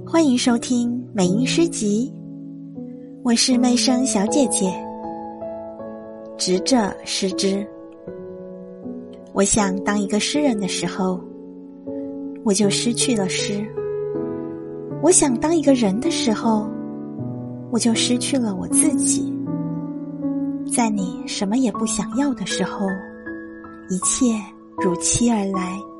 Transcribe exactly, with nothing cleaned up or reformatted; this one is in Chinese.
欢迎收听美音诗集，我是媚声小姐姐。执者失之。我想当一个诗人的时候，我就失去了诗；我想当一个人的时候，我就失去了我自己。在你什么也不想要的时候，一切如期而来。